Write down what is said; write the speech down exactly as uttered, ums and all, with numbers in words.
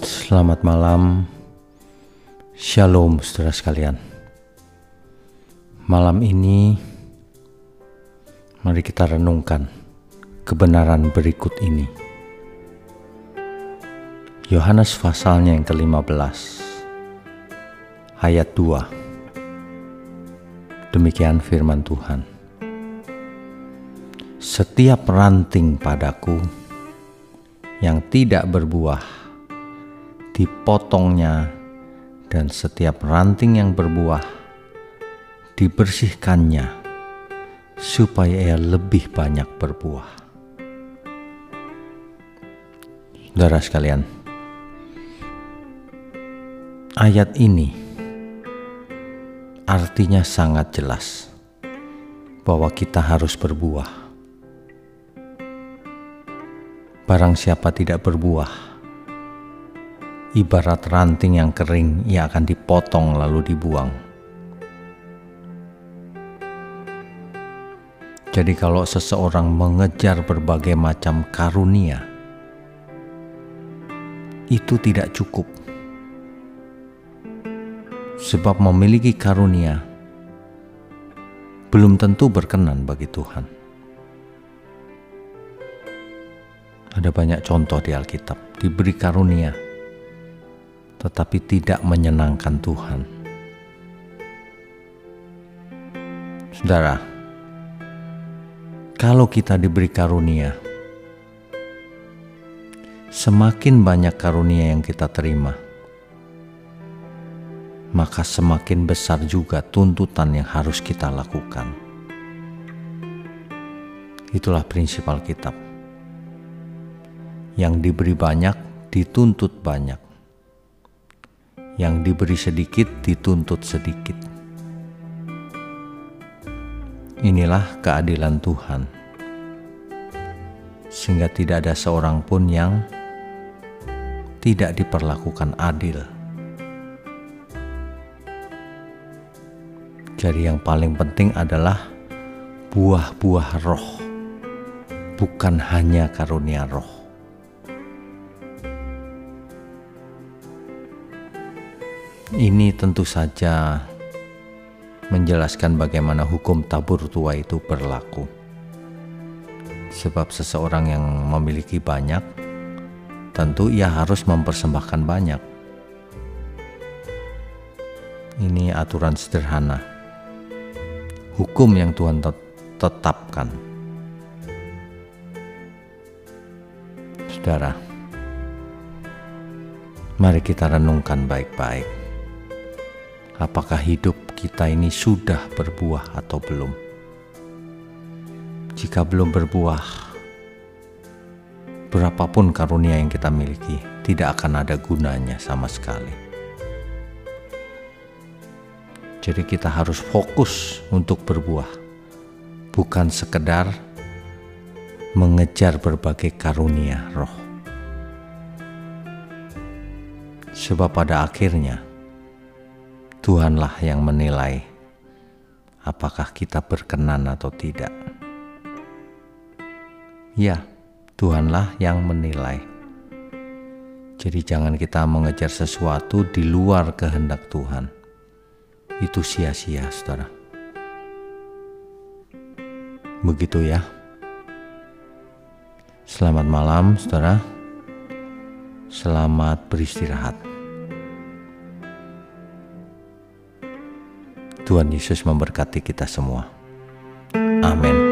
Selamat malam, Shalom saudara sekalian. Malam ini mari kita renungkan kebenaran berikut ini. Yohanes pasalnya yang kelima belas, ayat dua. Demikian firman Tuhan. Setiap ranting padaku yang tidak berbuah dipotongnya, dan setiap ranting yang berbuah dibersihkannya, supaya ia lebih banyak berbuah. Saudara sekalian, ayat ini artinya sangat jelas bahwa kita harus berbuah. Barang siapa tidak berbuah, ibarat ranting yang kering, ia akan dipotong lalu dibuang. Jadi kalau seseorang mengejar berbagai macam karunia, itu tidak cukup. Sebab memiliki karunia belum tentu berkenan bagi Tuhan. Ada banyak contoh di Alkitab, diberi karunia tetapi tidak menyenangkan Tuhan. Saudara, kalau kita diberi karunia, semakin banyak karunia yang kita terima, maka semakin besar juga tuntutan yang harus kita lakukan. Itulah prinsip Alkitab. Yang diberi banyak dituntut banyak, yang diberi sedikit dituntut sedikit. Inilah keadilan Tuhan, sehingga tidak ada seorang pun yang tidak diperlakukan adil. Jadi yang paling penting adalah buah-buah roh, bukan hanya karunia roh. Ini tentu saja menjelaskan bagaimana hukum tabur tuai itu berlaku. Sebab seseorang yang memiliki banyak, tentu ia harus mempersembahkan banyak. Ini aturan sederhana, hukum yang Tuhan tetapkan. Saudara, mari kita renungkan baik-baik. Apakah hidup kita ini sudah berbuah atau belum? Jika belum berbuah, berapapun karunia yang kita miliki tidak akan ada gunanya sama sekali. Jadi kita harus fokus untuk berbuah, bukan sekedar mengejar berbagai karunia roh. Sebab pada akhirnya Tuhanlah yang menilai apakah kita berkenan atau tidak. Ya, Tuhanlah yang menilai. Jadi jangan kita mengejar sesuatu di luar kehendak Tuhan. Itu sia-sia, saudara. Begitu ya. Selamat malam, saudara. Selamat beristirahat. Tuhan Yesus memberkati kita semua. Amin.